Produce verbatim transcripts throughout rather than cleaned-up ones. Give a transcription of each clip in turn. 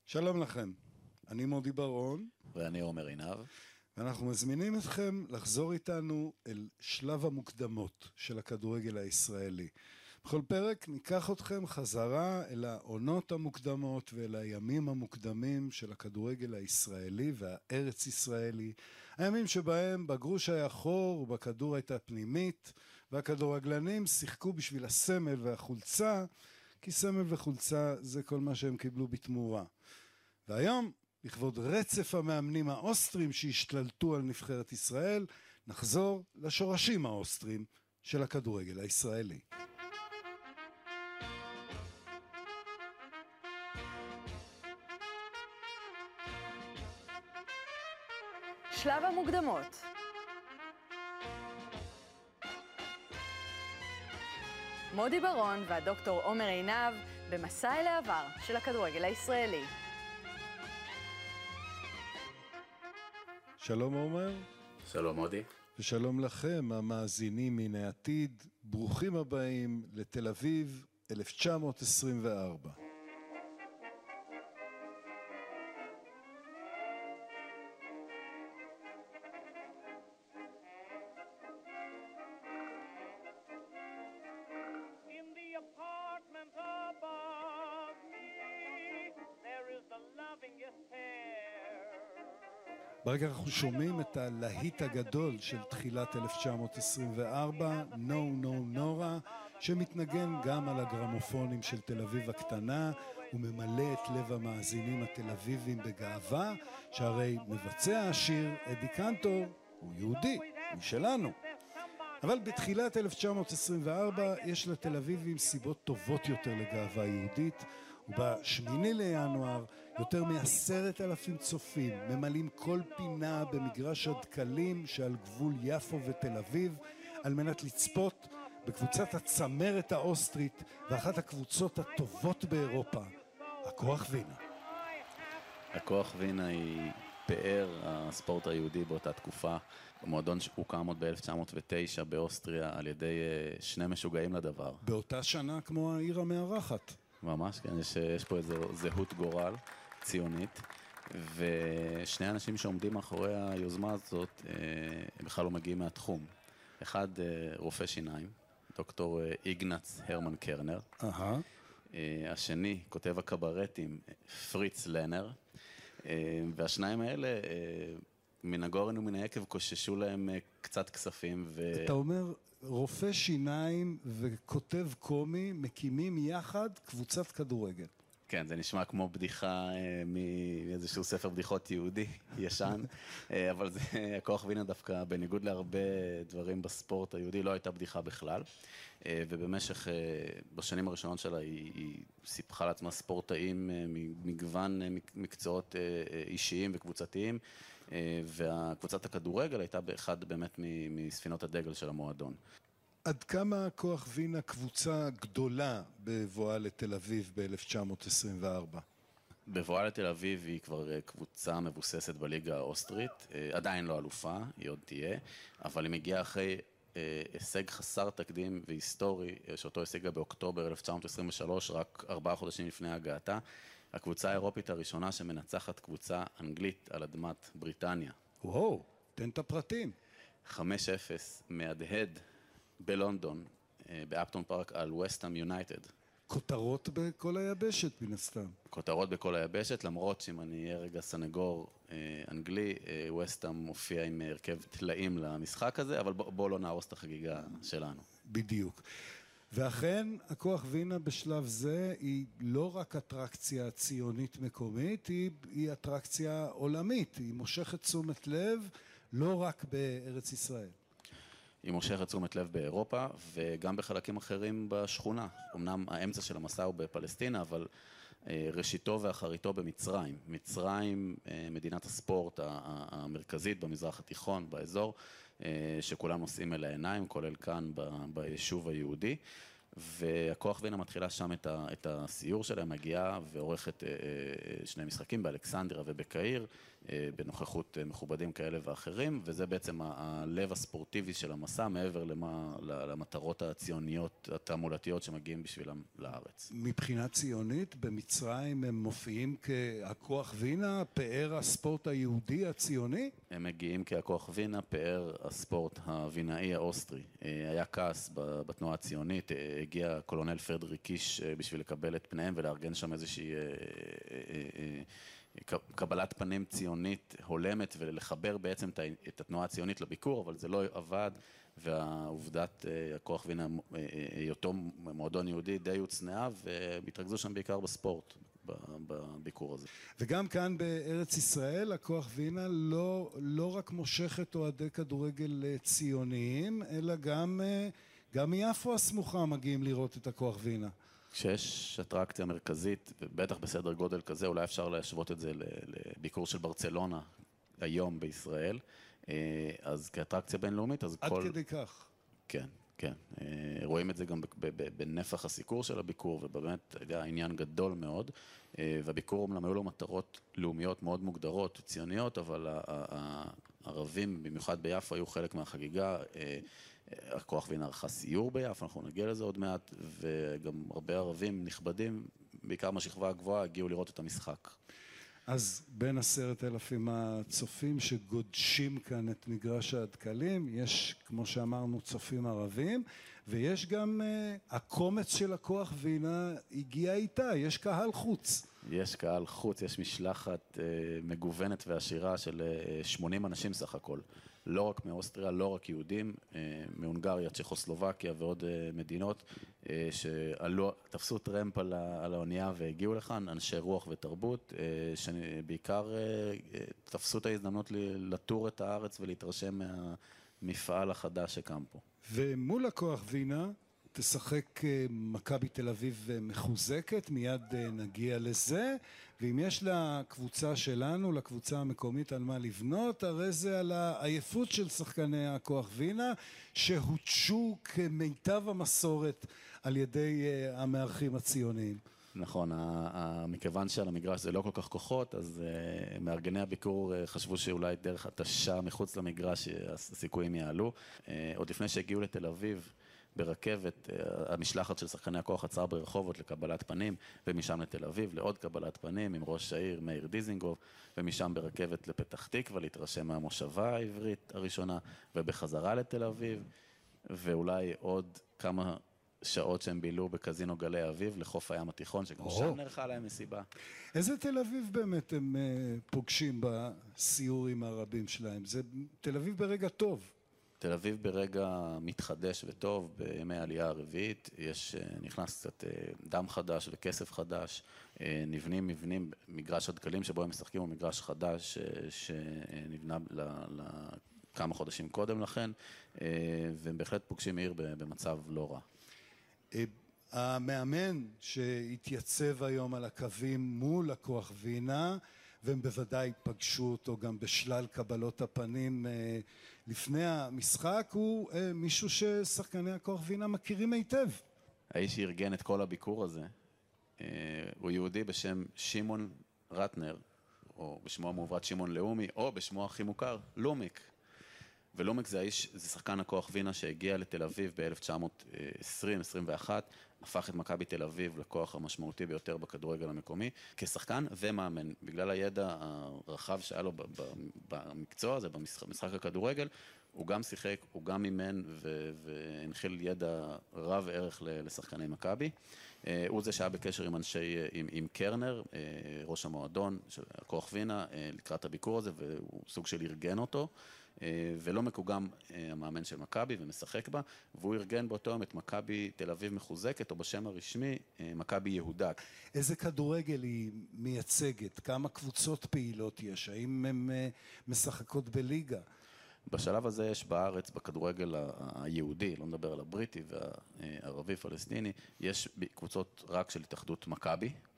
שלום לכם, אני מודי ברון. ואני עומר עינב. ואנחנו מזמינים אתכם לחזור איתנו אל שלב המוקדמות של הכדורגל הישראלי. בכל פרק ניקח אתכם חזרה אל העונות המוקדמות ואל הימים המוקדמים של הכדורגל הישראלי והארץ ישראלי. הימים שבהם בגרוש היה חור ובכדור הייתה פנימית, והכדורגלנים שיחקו בשביל הסמל והחולצה, כי סמל וחולצה זה כל מה שהם קיבלו בתמורה. והיום, לכבוד רצף המאמנים האוסטרים שהשתלטו על נבחרת ישראל, נחזור לשורשים האוסטרים של הכדורגל הישראלי. שלב המוקדמות. מודי ברון והדוקטור עומר עינב במסע אל העבר של הכדורגל הישראלי. שלום עומר. שלום מודי. ושלום לכם המאזינים מן העתיד. ברוכים הבאים לתל אביב אלף תשע מאות עשרים וארבע. ברגע אנחנו שומעים את הלהיט הגדול של תחילת אלף תשע מאות עשרים וארבע, No No Nora, שמתנגן גם על הגרמופונים של תל אביב הקטנה, וממלא את לב המאזינים התל אביבים בגאווה, שהרי מבצע השיר, אדי קנטור, הוא יהודי, הוא שלנו. אבל בתחילת אלף תשע מאות עשרים וארבע יש לתל אביבים סיבות טובות יותר לגאווה יהודית, ובשמיני לינואר יותר מעשרת אלפים צופים ממלאים כל פינה במגרש הדקלים שעל גבול יפו ותל אביב על מנת לצפות בקבוצת הצמרת האוסטרית ואחת הקבוצות הטובות באירופה, הכוח וינה. הכוח וינה היא פאר הספורט היהודי באותה תקופה. המועדון הוקם עוד ב-אלף תשע מאות ותשע באוסטריה על ידי שני משוגעים לדבר. באותה שנה כמו העיר המארחת. ממש, כן, יש, יש פה איזו זהות גורל ציונית, ושני אנשים שעומדים מאחורי היוזמה הזאת, הם בכלל לא מגיעים מהתחום. אחד, רופא שיניים, דוקטור איגנץ הרמן קרנר. אהה. השני, כותב הקברטים, פריץ לנר, והשניים האלה, מן הגורן ומן היקב, קוששו להם קצת כספים. ו... אתה אומר, רופא שיניים וכותב קומי מקימים יחד קבוצת כדורגל. כן, זה נשמע כמו בדיחה מאיזשהו ספר בדיחות יהודי ישן, אבל זה, הכוח וינה דווקא, בניגוד להרבה דברים בספורט היהודי, לא הייתה בדיחה בכלל, ובמשך, בשנים הראשונות שלה, היא, היא סיפחה לעצמה ספורטאים מגוון מקצועות אישיים וקבוצתיים, והקבוצת הכדורגל הייתה באחד באמת מספינות הדגל של המועדון. עד כמה כוח וינה קבוצה גדולה בבואה לתל אביב ב-אלף תשע מאות עשרים וארבע? בבואה לתל אביב היא כבר קבוצה מבוססת בליגה האוסטרית, עדיין לא אלופה, היא עוד תהיה, אבל היא מגיעה אחרי הישג חסר תקדים והיסטורי, שאותו השיגה באוקטובר אלף תשע מאות עשרים ושלוש, רק ארבעה חודשים לפני הגעתה, הקבוצה האירופית הראשונה שמנצחת קבוצה אנגלית על אדמת בריטניה. וואו, תן את הפרטים. חמש אפס מהדהד בלונדון, באפטון פארק, על וסטהאם יונייטד. כותרות בכל היבשת, מן הסתם. כותרות בכל היבשת, למרות שאם אני אהיה רגע סנגור אנגלי, וסטהאם מופיע עם הרכב תלאים למשחק הזה, אבל בוא, בוא לא נהרוס את החגיגה שלנו. בדיוק. ואכן, הכוח וינה בשלב זה היא לא רק אטרקציה ציונית מקומית, היא, היא אטרקציה עולמית, היא מושכת תשומת לב לא רק בארץ ישראל. היא מושכת תשומת לב באירופה וגם בחלקים אחרים בשכונה. אמנם האמצע של המסע הוא בפלסטינה, אבל ראשיתו ואחריתו במצרים. מצרים, מדינת הספורט המרכזית במזרח התיכון, באזור, שכולם נושאים אל העיניים, כולל כאן ביישוב היהודי. והכוח וינה מתחילה שם את, ה, את הסיור שלהם, מגיעה ועורכת אה, אה, שני משחקים באלכסנדריה ובקהיר, אה, בנוכחות אה, מכובדים כאלה ואחרים, וזה בעצם ה- הלב הספורטיבי של המסע, מעבר למה, למטרות הציוניות, התעמולתיות שמגיעים בשבילם לארץ. מבחינה ציונית, במצרים הם מופיעים כהכוח וינה, פאר הספורט היהודי הציוני? הם מגיעים כהכוח וינה, פאר הספורט הווינאי האוסטרי. אה, היה כעס ב- בתנועה הציונית, אה, הגיע קולונל פרדריק קיש אה, בשביל לקבל את פניהם ולארגן שם איזושהי אה, אה, אה, אה, קבלת פנים ציונית הולמת ולחבר בעצם את ה- את התנועה הציונית לביקור, אבל זה לא עבד, והעובדת אה, הכוח וינה, אה, אה, היותו מועדון יהודי די הוצנעה, והתרכזו שם בעיקר בספורט, ב- בביקור הזה. וגם כאן בארץ ישראל, הכוח וינה לא, לא רק מושך את אוהדי כדורגל אה, ציוניים, אלא גם, אה, גם מיפו הסמוכה מגיעים לראות את הכוח וינה. כשיש אטרקציה מרכזית, ובטח בסדר גודל כזה, אולי אפשר להשוות את זה ל- לביקור של ברצלונה היום בישראל, אה, אז כאטרקציה בינלאומית, אז עד כל... כדי כך. כן, כן. אה, רואים את זה גם ב- ב- בנפח הסיקור של הביקור, ובאמת היה עניין גדול מאוד, אה, והביקור אומנם היו לו מטרות לאומיות מאוד מוגדרות, ציוניות, אבל ה- ה- הערבים, במיוחד ביפו, היו חלק מהחגיגה. אה, הכוח וינה ערכה סיור ביפו, אנחנו נגיע לזה עוד מעט, וגם הרבה ערבים נכבדים, בעיקר מהשכבה הגבוהה, הגיעו לראות את המשחק. אז בין עשרת אלפים הצופים שגודשים כאן את מגרש הדקלים, יש, כמו שאמרנו, צופים ערבים, ויש גם uh, הקומץ של הכוח וינה הגיע איתה, יש קהל חוץ. יש קהל חוץ, יש משלחת אה, מגוונת ועשירה של אה, שמונים אנשים סך הכל. לא רק מאוסטריה, לא רק יהודים, אה, מהונגריה, צ'כוסלובקיה ועוד אה, מדינות אה, שעלו, תפסו טרמפ על, ה- על האונייה והגיעו לכאן, אנשי רוח ותרבות, אה, שבעיקר אה, אה, תפסו את ההזדמנות ל- לטור את הארץ ולהתרשם מהמפעל החדש שקם פה. ומול הכוח וינה תשחק אה, מכבי תל אביב אה, מחוזקת, מיד אה, נגיע לזה, ואם יש לקבוצה שלנו, לקבוצה המקומית על מה לבנות, הרי זה על העייפות של שחקני הכוח וינה, שהותשו כמיטב המסורת על ידי אה, המארחים הציוניים. נכון, ה- ה- מכיוון שעל המגרש זה לא כל כך כוחות, אז uh, מארגני הביקור uh, חשבו שאולי דרך התשה מחוץ למגרש uh, הסיכויים יעלו. Uh, עוד לפני שהגיעו לתל אביב ברכבת, uh, המשלחת של שחקני הכוח עצרה ברחובות לקבלת פנים, ומשם לתל אביב לעוד קבלת פנים עם ראש העיר מאיר דיזינגוף, ומשם ברכבת לפתח תקווה להתרשם מהמושבה העברית הראשונה, ובחזרה לתל אביב, ואולי עוד כמה שעות שהם בילו בקזינו גלי אביב לחוף הים התיכון, שגם או. שם נערכה להם מסיבה. איזה תל אביב באמת הם אה, פוגשים בסיורים הרבים שלהם? זה תל אביב ברגע טוב. תל אביב ברגע מתחדש וטוב, בימי העלייה הרביעית, יש, נכנס קצת דם חדש וכסף חדש, נבנים מבנים, מגרש הדקלים שבו הם משחקים הוא מגרש חדש שנבנה לכמה חודשים קודם לכן, והם בהחלט פוגשים עיר במצב לא רע. המאמן שהתייצב היום על הקווים מול הכוח וינה, והם בוודאי פגשו אותו גם בשלל קבלות הפנים לפני המשחק, הוא מישהו ששחקני הכוח וינה מכירים היטב. האיש שארגן את כל הביקור הזה, הוא יהודי בשם שמעון רטנר, או בשמו המעוברת שמעון לאומי, או בשמו הכי מוכר, לומיק. ולומיק זה האיש, זה שחקן הכוח וינה שהגיע לתל אביב ב-אלף תשע מאות עשרים עשרים ואחת, הפך את מכבי תל אביב לכוח המשמעותי ביותר בכדורגל המקומי, כשחקן ומאמן. בגלל הידע הרחב שהיה לו במקצוע הזה, במשחק הכדורגל, הוא גם שיחק, הוא גם אימן והנחיל ידע רב ערך לשחקני מכבי. הוא זה שהיה בקשר עם אנשי, עם, עם קרנר, ראש המועדון של הכוח וינה, לקראת הביקור הזה, והוא סוג של ארגן אותו. ולומיק הוא גם המאמן של מכבי ומשחק בה, והוא ארגן באותו יום את מכבי תל אביב מחוזקת, או בשם הרשמי, מכבי יהודה. איזה כדורגל היא מייצגת? כמה קבוצות פעילות יש? האם הן משחקות בליגה? בשלב הזה יש בארץ, בכדורגל היהודי, לא נדבר על הבריטי והערבי-פלסטיני, יש קבוצות רק של התאחדות מכבי,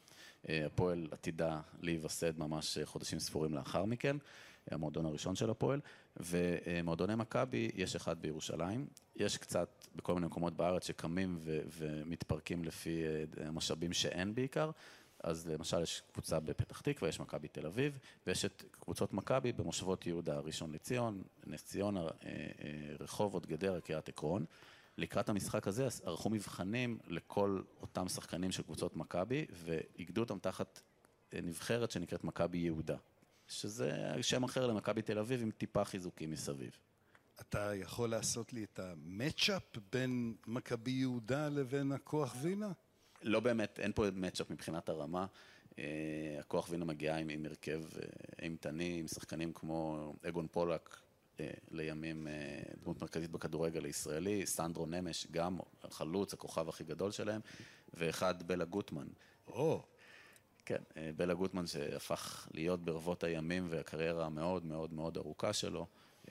הפועל עתידה להיווסד ממש חודשים ספורים לאחר מכן, המועדון הראשון של הפועל, ומועדוני מכבי יש אחד בירושלים, יש קצת בכל מיני מקומות בארץ שקמים ו- ומתפרקים לפי המשאבים שאין בעיקר, אז למשל יש קבוצה בפתח תקווה, יש מכבי תל אביב, ויש את קבוצות מכבי במושבות יהודה, ראשון לציון, נס ציונה, רחובות, גדרה, קריית עקרון. לקראת המשחק הזה ערכו מבחנים לכל אותם שחקנים של קבוצות מכבי, והגדו אותם תחת נבחרת שנקראת מכבי יהודה, שזה שם אחר למכבי תל אביב עם טיפה חיזוקים מסביב. אתה יכול לעשות לי את המאצ'אפ בין מכבי יהודה לבין הכוח וינה? לא באמת, אין פה מאצ'אפ מבחינת הרמה. הכוח וינה מגיעה עם, עם הרכב אימתני, עם שחקנים כמו אגון פולק, לימים דמות מרכזית בכדורגל הישראלי, סנדרו נמש, גם החלוץ, הכוכב הכי גדול שלהם, ואחד בלה גוטמן. או. כן, בלה גוטמן שהפך להיות ברבות הימים והקריירה המאוד מאוד מאוד ארוכה שלו.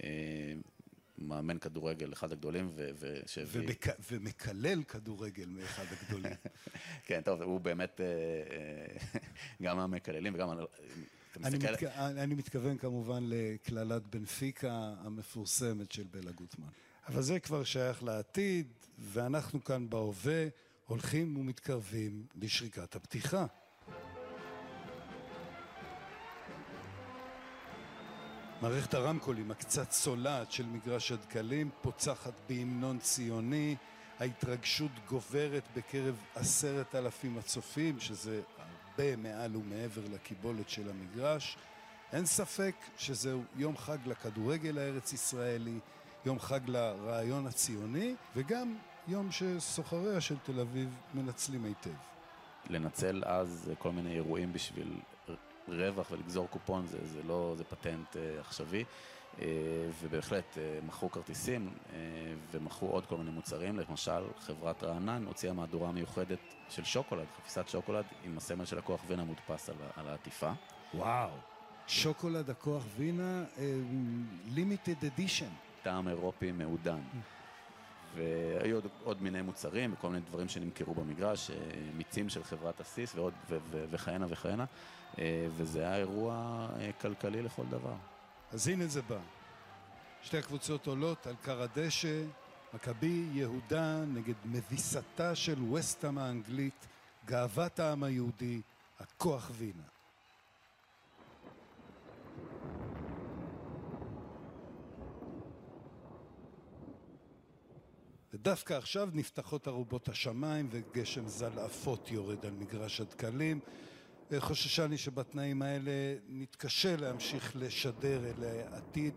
מאמן כדורגל, אחד הגדולים, ושהביא... ומקלל כדורגל מאחד הגדולים. כן, טוב, הוא באמת גם המקללים וגם... אני מתכוון כמובן לקללת בנפיקה המפורסמת של בלה גוטמן. אבל זה כבר שייך לעתיד, ואנחנו כאן בהווה הולכים ומתקרבים לשריקת הפתיחה. מערכת הרמקולים הקצת צולעת של מגרש הדקלים פוצחת בהמנון ציוני, ההתרגשות גוברת בקרב עשרת אלפים הצופים, שזה הרבה מעל ומעבר לקיבולת של המגרש. אין ספק שזהו יום חג לכדורגל הארץ ישראלי, יום חג לרעיון הציוני, וגם יום שסוחריה של תל אביב מנצלים היטב. לנצל אז כל מיני אירועים בשביל רווח ולגזור קופון, זה, זה לא, זה פטנט uh, עכשווי, uh, ובהחלט uh, מכרו כרטיסים uh, ומכרו עוד כל מיני מוצרים. למשל, חברת רענן הוציאה מהדורה מיוחדת של שוקולד, חפיסת שוקולד עם הסמל של הכוח וינה מודפס על, על העטיפה. וואו, שוקולד הכוח וינה, לימיטד אדישן. טעם אירופי מעודן. והיו עוד, עוד מיני מוצרים וכל מיני דברים שנמכרו במגרש, מיצים של חברת הסיס ועוד ו- ו- וכהנה וכהנה, וזה היה אירוע כלכלי לכל דבר. אז הנה זה בא. שתי הקבוצות עולות על קר הדשא, מכבי יהודה נגד מביסתה של וסטהאם האנגלית, גאוות העם היהודי, הכוח וינה. ודווקא עכשיו נפתחות ארובות השמיים וגשם זלעפות יורד על מגרש הדקלים. חוששני שבתנאים האלה נתקשה להמשיך לשדר אל העתיד.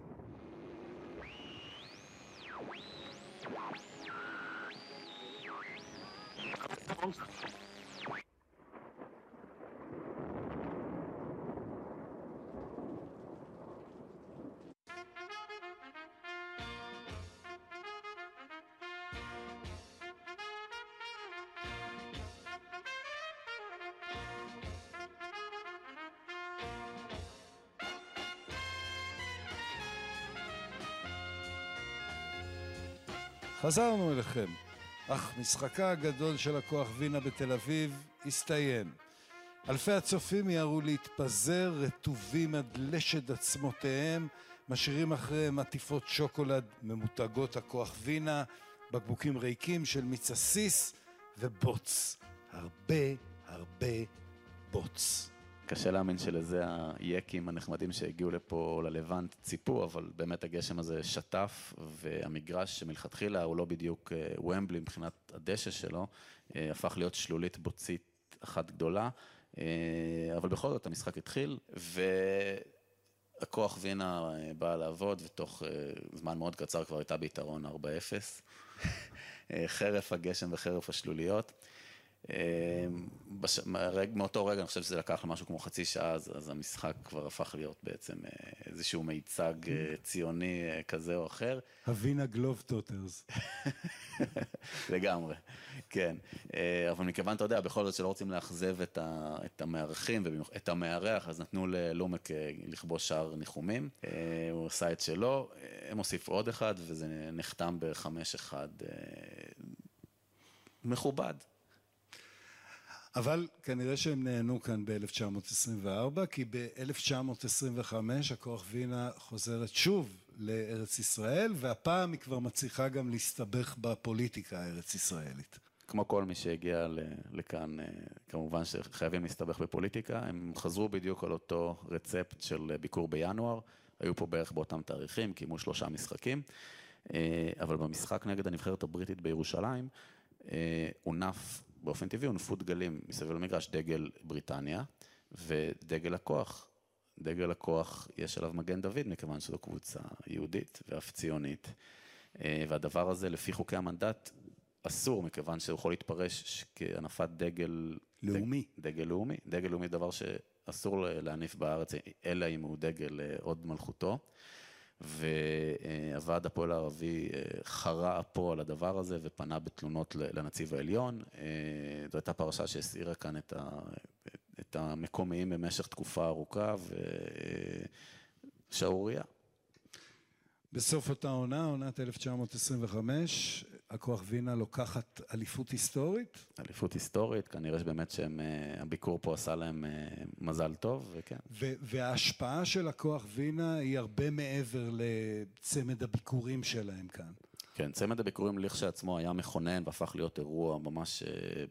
חזרנו אליכם, אך משחקה הגדול של הכוח וינה בתל אביב הסתיים. אלפי הצופים מיהרו להתפזר, רטובים עד לשד עצמותיהם, משאירים אחריהם עטיפות שוקולד ממותגות הכוח וינה, בקבוקים ריקים של מיץ הסיס ובוץ. הרבה הרבה בוץ. קשה להאמין שלזה היקים הנחמדים שהגיעו לפה ללבנט ציפו, אבל באמת הגשם הזה שטף, והמגרש שמלכתחילה הוא לא בדיוק ומבלי מבחינת הדשא שלו, הפך להיות שלולית בוצית אחת גדולה, אבל בכל זאת המשחק התחיל, והכוח וינה בא לעבוד, ותוך זמן מאוד קצר כבר הייתה ביתרון ארבע אפס, חרף הגשם וחרף השלוליות. מאותו רגע אני חושב שזה לקח למשהו כמו חצי שעה, אז המשחק כבר הפך להיות בעצם איזשהו מיצג ציוני כזה או אחר. הווינה גלוב טוטרס. לגמרי, כן. אבל מכיוון, אתה יודע, בכל זאת שלא רוצים לאכזב את המארחים ואת המארח, אז נתנו ללומק לכבוש שער ניחומים. הוא עשה את שלו, הם הוסיפו עוד אחד, וזה נחתם בחמש אחד מכובד. אבל כנראה שהם נהנו כאן ב-אלף תשע מאות עשרים וארבע, כי ב-אלף תשע מאות עשרים וחמש הכוח וינה חוזרת שוב לארץ ישראל, והפעם היא כבר מצליחה גם להסתבך בפוליטיקה הארץ ישראלית. כמו כל מי שהגיע לכאן, כמובן שחייבים להסתבך בפוליטיקה, הם חזרו בדיוק על אותו רצפט של ביקור בינואר, היו פה בערך באותם תאריכים, קיימו שלושה משחקים, אבל במשחק נגד הנבחרת הבריטית בירושלים, הונף, באופן טבעי, הונפו דגלים מסביב למגרש, דגל בריטניה, ודגל הכוח. דגל הכוח יש עליו מגן דוד, מכיוון שזו קבוצה יהודית ואף ציונית, והדבר הזה לפי חוקי המנדט, אסור, מכיוון שהוא יכול להתפרש כהנפת דגל לאומי. דג, דגל לאומי. דגל לאומי דבר שאסור להניף בארץ, אלא אם הוא דגל עוד מלכותו. והוועד הפועל הערבי חרה פה על הדבר הזה ופנה בתלונות לנציב העליון. זו הייתה פרשה שהסעירה כאן את, ה, את המקומיים במשך תקופה ארוכה ושערוריה. בסוף אותה עונה, עונת אלף תשע מאות עשרים וחמש, הכוח וינה לוקחת אליפות היסטורית? אליפות היסטורית, כנראה שבאמת שהביקור פה עשה להם מזל טוב, וכן. וההשפעה של הכוח וינה היא הרבה מעבר לצמד הביקורים שלהם כאן. כן, צמד הביקורים לכשעצמו היה מכונן והפך להיות אירוע ממש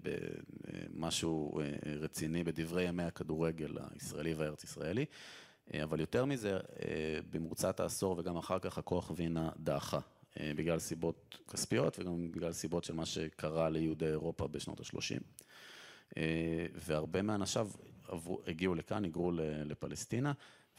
משהו רציני בדברי ימי הכדורגל הישראלי והארץ ישראלי. אבל יותר מזה, במרוצת העשור וגם אחר כך הכוח וינה דעכה, בגלל סיבות כספיות וגם בגלל סיבות של מה שקרה ליהודי אירופה בשנות ה-שלושים. והרבה מהאנשיו הגיעו לכאן, היגרו לפלסטינה,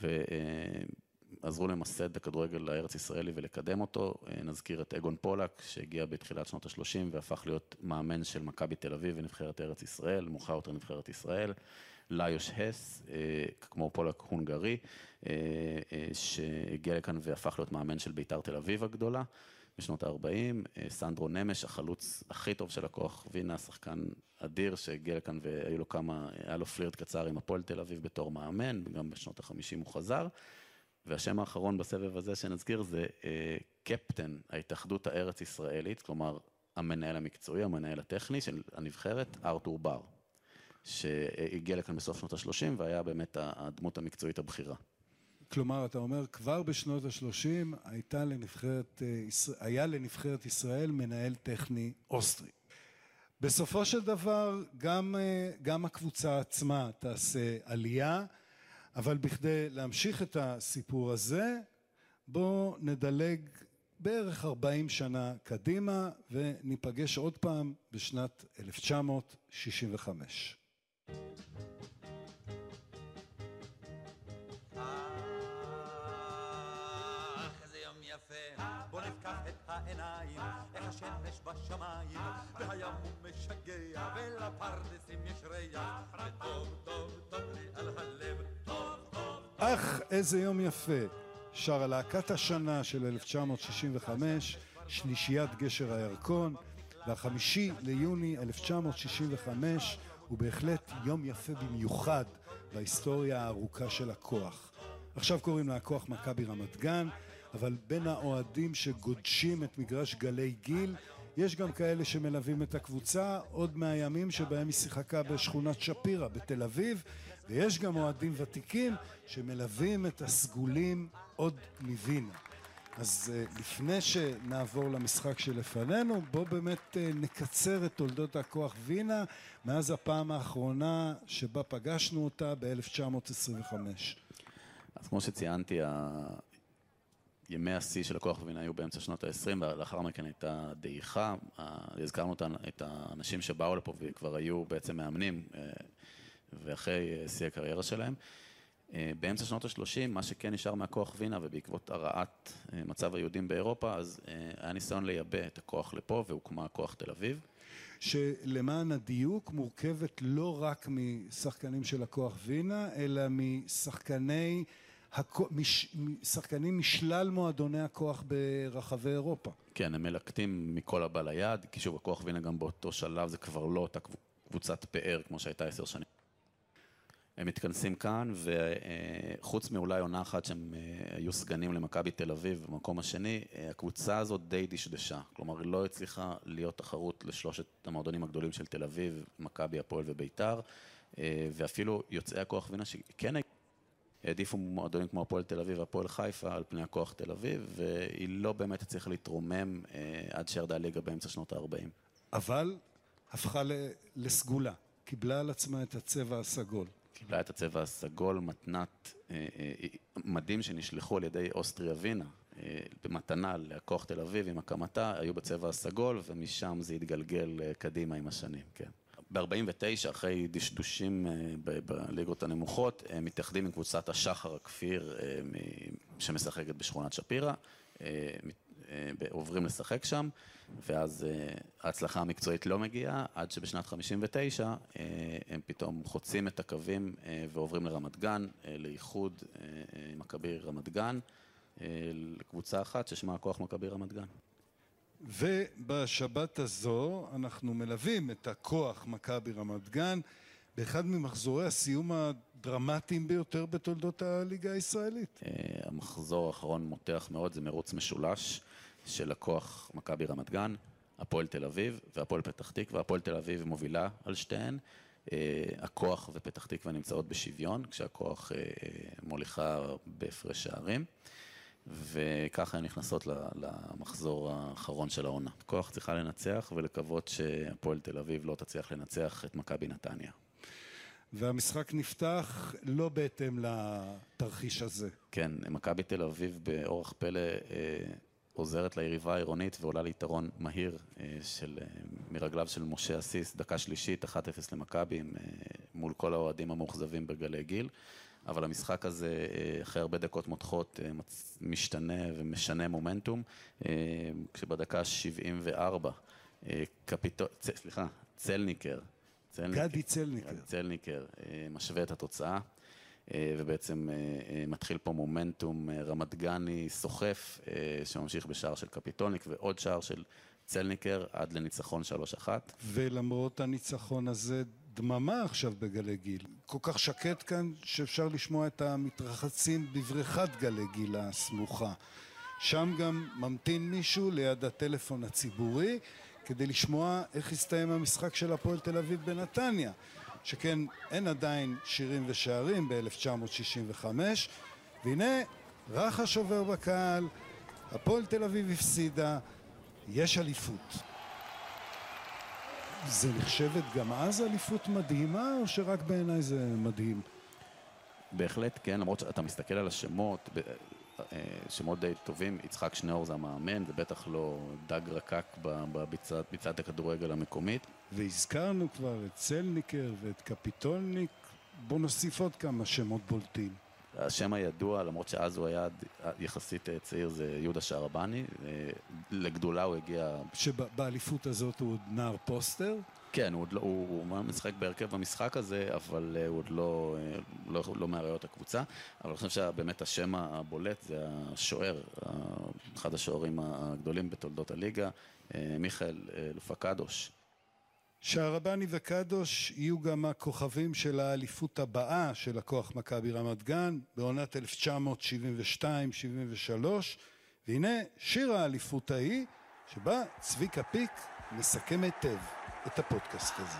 ועזרו למסד את הכדורגל לארץ ישראלי ולקדם אותו. נזכיר את אגון פולק, שהגיע בתחילת שנות ה-שלושים והפך להיות מאמן של מכבי תל אביב ונבחרת ארץ ישראל, מאוחר יותר נבחרת ישראל. ליוש הס, כמו פולק הונגרי, שהגיע לכאן והפך להיות מאמן של בית"ר תל אביב הגדולה בשנות ה-ארבעים. סנדרו נמש, החלוץ הכי טוב של הכוח וינה, שחקן אדיר שהגיע לכאן והיו לו כמה, היה לו פלירט קצר עם הפועל תל אביב בתור מאמן, גם בשנות ה-חמישים הוא חזר. והשם האחרון בסבב הזה שנזכיר זה קפטן ההתאחדות הארץ ישראלית, כלומר המנהל המקצועי, המנהל הטכני של הנבחרת, ארתור בר. שהגיע לכאן בסוף שנות ה-שלושים, והיה באמת הדמות המקצועית הבכירה. כלומר, אתה אומר, כבר בשנות ה-שלושים הייתה לנבחרת, היה לנבחרת ישראל מנהל טכני אוסטרי. בסופו של דבר, גם, גם הקבוצה עצמה תעשה עלייה, אבל בכדי להמשיך את הסיפור הזה, בואו נדלג בערך ארבעים שנה קדימה, וניפגש עוד פעם בשנת אלף תשע מאות שישים וחמש. בוא נפקח את העיניים, איך השמש בשמיים, והים הוא משגע, ולפרדסים יש ריח, וטוב טוב טוב לי על הלב, טוב טוב. אך איזה יום יפה, שרה להקת השנה של אלף תשע מאות שישים וחמש, שלישיית גשר הירקון, והחמישי ליוני אלף תשע מאות שישים וחמש הוא בהחלט יום יפה במיוחד בהיסטוריה הארוכה של הכוח. עכשיו קוראים לה הכוח מכבי רמת גן, אבל בין האוהדים שגודשים את מגרש גלי גיל, יש גם כאלה שמלווים את הקבוצה עוד מהימים שבהם היא שיחקה בשכונת שפירא בתל אביב, ויש גם אוהדים ותיקים שמלווים את הסגולים עוד מווינה. אז לפני שנעבור למשחק שלפנינו, בוא באמת נקצר את תולדות הכוח וינה, מאז הפעם האחרונה שבה פגשנו אותה ב-אלף תשע מאות עשרים וחמש. אז כמו שציינתי, ימי השיא של הכוח וינה היו באמצע שנות ה-עשרים, ולאחר מכן הייתה דעיכה. הזכרנו את האנשים שבאו לפה וכבר היו בעצם מאמנים, ואחרי שיא הקריירה שלהם. באמצע שנות ה-שלושים, מה שכן נשאר מהכוח וינה, ובעקבות הרעת מצב היהודים באירופה, אז היה ניסיון לייבא את הכוח לפה, והוקמה כוח תל אביב. שלמען הדיוק מורכבת לא רק משחקנים של הכוח וינה, אלא משחקני... שחקנים משלל מועדוני הכוח ברחבי אירופה. כן, הם מלקטים מכל הבא ליד, כי שוב, הכוח וינה גם באותו שלב, זה כבר לא אותה קבוצת פאר כמו שהייתה עשר שנים. הם מתכנסים כאן, וחוץ מאולי עונה אחת שהם היו סגנים למכבי תל אביב, במקום השני, הקבוצה הזאת די דשדשה. כלומר, היא לא הצליחה להיות תחרות לשלושת המועדונים הגדולים של תל אביב, מכבי, הפועל וביתר, ואפילו יוצאי הכוח וינה שכן העדיפו מועדונים כמו הפועל תל אביב והפועל חיפה על פני הכוח תל אביב, והיא לא באמת הצליחה להתרומם עד שירדה הליגה באמצע שנות ה-ארבעים. אבל הפכה לסגולה, קיבלה על עצמה את הצבע הסגול. קיבלה את הצבע הסגול, מתנת, מדים שנשלחו על ידי אוסטריה וינה, במתנה לכוח תל אביב עם הקמתה, היו בצבע הסגול, ומשם זה התגלגל קדימה עם השנים, כן. ב-ארבעים ותשע, אחרי דשדושים בליגות הנמוכות, הם מתאחדים עם קבוצת השחר הכפיר שמשחקת בשכונת שפירא, עוברים לשחק שם, ואז ההצלחה המקצועית לא מגיעה, עד שבשנת חמישים ותשע הם פתאום חוצים את הקווים ועוברים לרמת גן, לאיחוד עם מכבי רמת גן, לקבוצה אחת ששמה הכוח מכבי רמת גן. ובשבת הזו אנחנו מלווים את הכוח מכבי רמת גן באחד ממחזורי הסיום הדרמטיים ביותר בתולדות הליגה הישראלית. המחזור האחרון מותח מאוד, זה מרוץ משולש של הכוח מכבי רמת גן, הפועל תל אביב והפועל פתח תקווה. הפועל תל אביב מובילה על שתיהן, הכוח ופתח תקווה נמצאות בשוויון, כשהכוח מוליכה בהפרש שערים. וככה הן נכנסות למחזור האחרון של העונה. כוח צריכה לנצח ולקוות שהפועל תל אביב לא תצליח לנצח את מכבי נתניה. והמשחק נפתח לא בהתאם לתרחיש הזה. כן, מכבי תל אביב באורח פלא עוזרת ליריבה העירונית ועולה ליתרון מהיר של, מרגליו של משה אסיס, דקה שלישית, אחת אפס למכבי, מול כל האוהדים המאוכזבים בגלי גיל. אבל המשחק הזה, אחרי הרבה דקות מותחות, משתנה ומשנה מומנטום, כשבדקה שבעים וארבע, קפיטול, סליחה, צלניקר, גדי צלניקר. צלניקר משווה את התוצאה, ובעצם מתחיל פה מומנטום רמת גני סוחף, שממשיך בשער של קפיטולניק, ועוד שער של צלניקר עד לניצחון שלוש אחת. ולמרות הניצחון הזה, דממה עכשיו בגלי גיל. כל כך שקט כאן שאפשר לשמוע את המתרחצים בבריכת גלי גיל הסמוכה. שם גם ממתין מישהו ליד הטלפון הציבורי כדי לשמוע איך הסתיים המשחק של הפועל תל אביב בנתניה. שכן אין עדיין שירים ושערים ב-אלף תשע מאות שישים וחמש, והנה רחש עובר בקהל, הפועל תל אביב הפסידה, יש אליפות. זה נחשבת גם אז אליפות מדהימה, או שרק בעיניי זה מדהים? בהחלט כן, למרות שאתה מסתכל על השמות, שמות די טובים, יצחק שניאור זה המאמן, זה בטח לא דג רקק בביצת הכדורגל המקומית. והזכרנו כבר את צלניקר ואת קפיטולניק, בוא נוסיף עוד כמה שמות בולטים. השם הידוע, למרות שאז הוא היה יחסית צעיר, זה יהודה שערבני, לגדולה הוא הגיע... שבאליפות הזאת הוא עוד נער פוסטר? כן, הוא, הוא, הוא משחק בהרכב במשחק הזה, אבל הוא עוד לא, לא, לא מהראיות הקבוצה. אבל אני חושב שבאמת השם הבולט זה השוער, אחד השוערים הגדולים בתולדות הליגה, מיכאל לופקדוש. שערבני וקדוש יהיו גם הכוכבים של האליפות הבאה של הכוח מכבי רמת גן בעונת אלף תשע מאות שבעים ושתיים שבעים ושלוש, והנה שיר האליפות ההיא שבה צביקה פיק מסכם היטב את הפודקאסט הזה.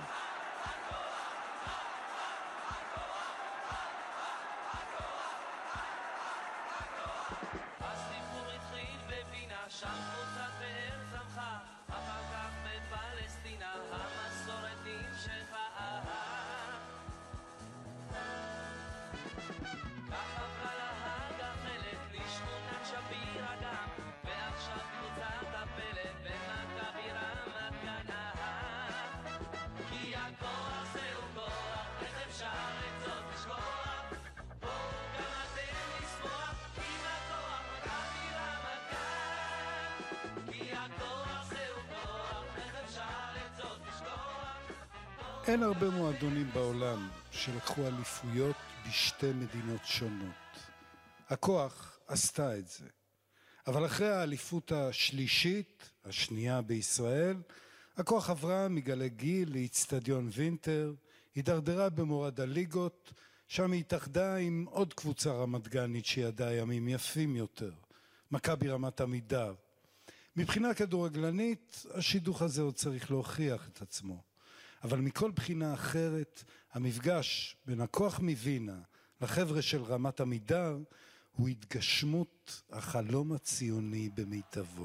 אין הרבה מועדונים בעולם שלקחו אליפויות בשתי מדינות שונות. הכוח עשתה את זה. אבל אחרי האליפות השלישית, השנייה בישראל, הכוח עברה מגלי גיל לאצטדיון וינטר, הידרדרה במורד הליגות, שם היא התאחדה עם עוד קבוצה רמת גנית שידעה ימים יפים יותר, מכבי רמת עמידר. מבחינה כדורגלנית, השידוך הזה עוד צריך להוכיח את עצמו. אבל מכל בחינה אחרת, המפגש בין הכוח מווינה לחבר'ה של רמת עמידר הוא התגשמות החלום הציוני במיטבו.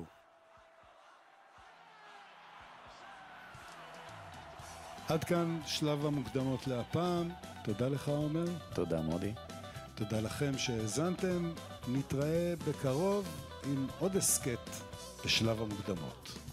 עד כאן שלב המוקדמות להפעם. תודה לך עומר. תודה מודי. תודה לכם שהאזנתם. נתראה בקרוב עם עוד הסקט בשלב המוקדמות.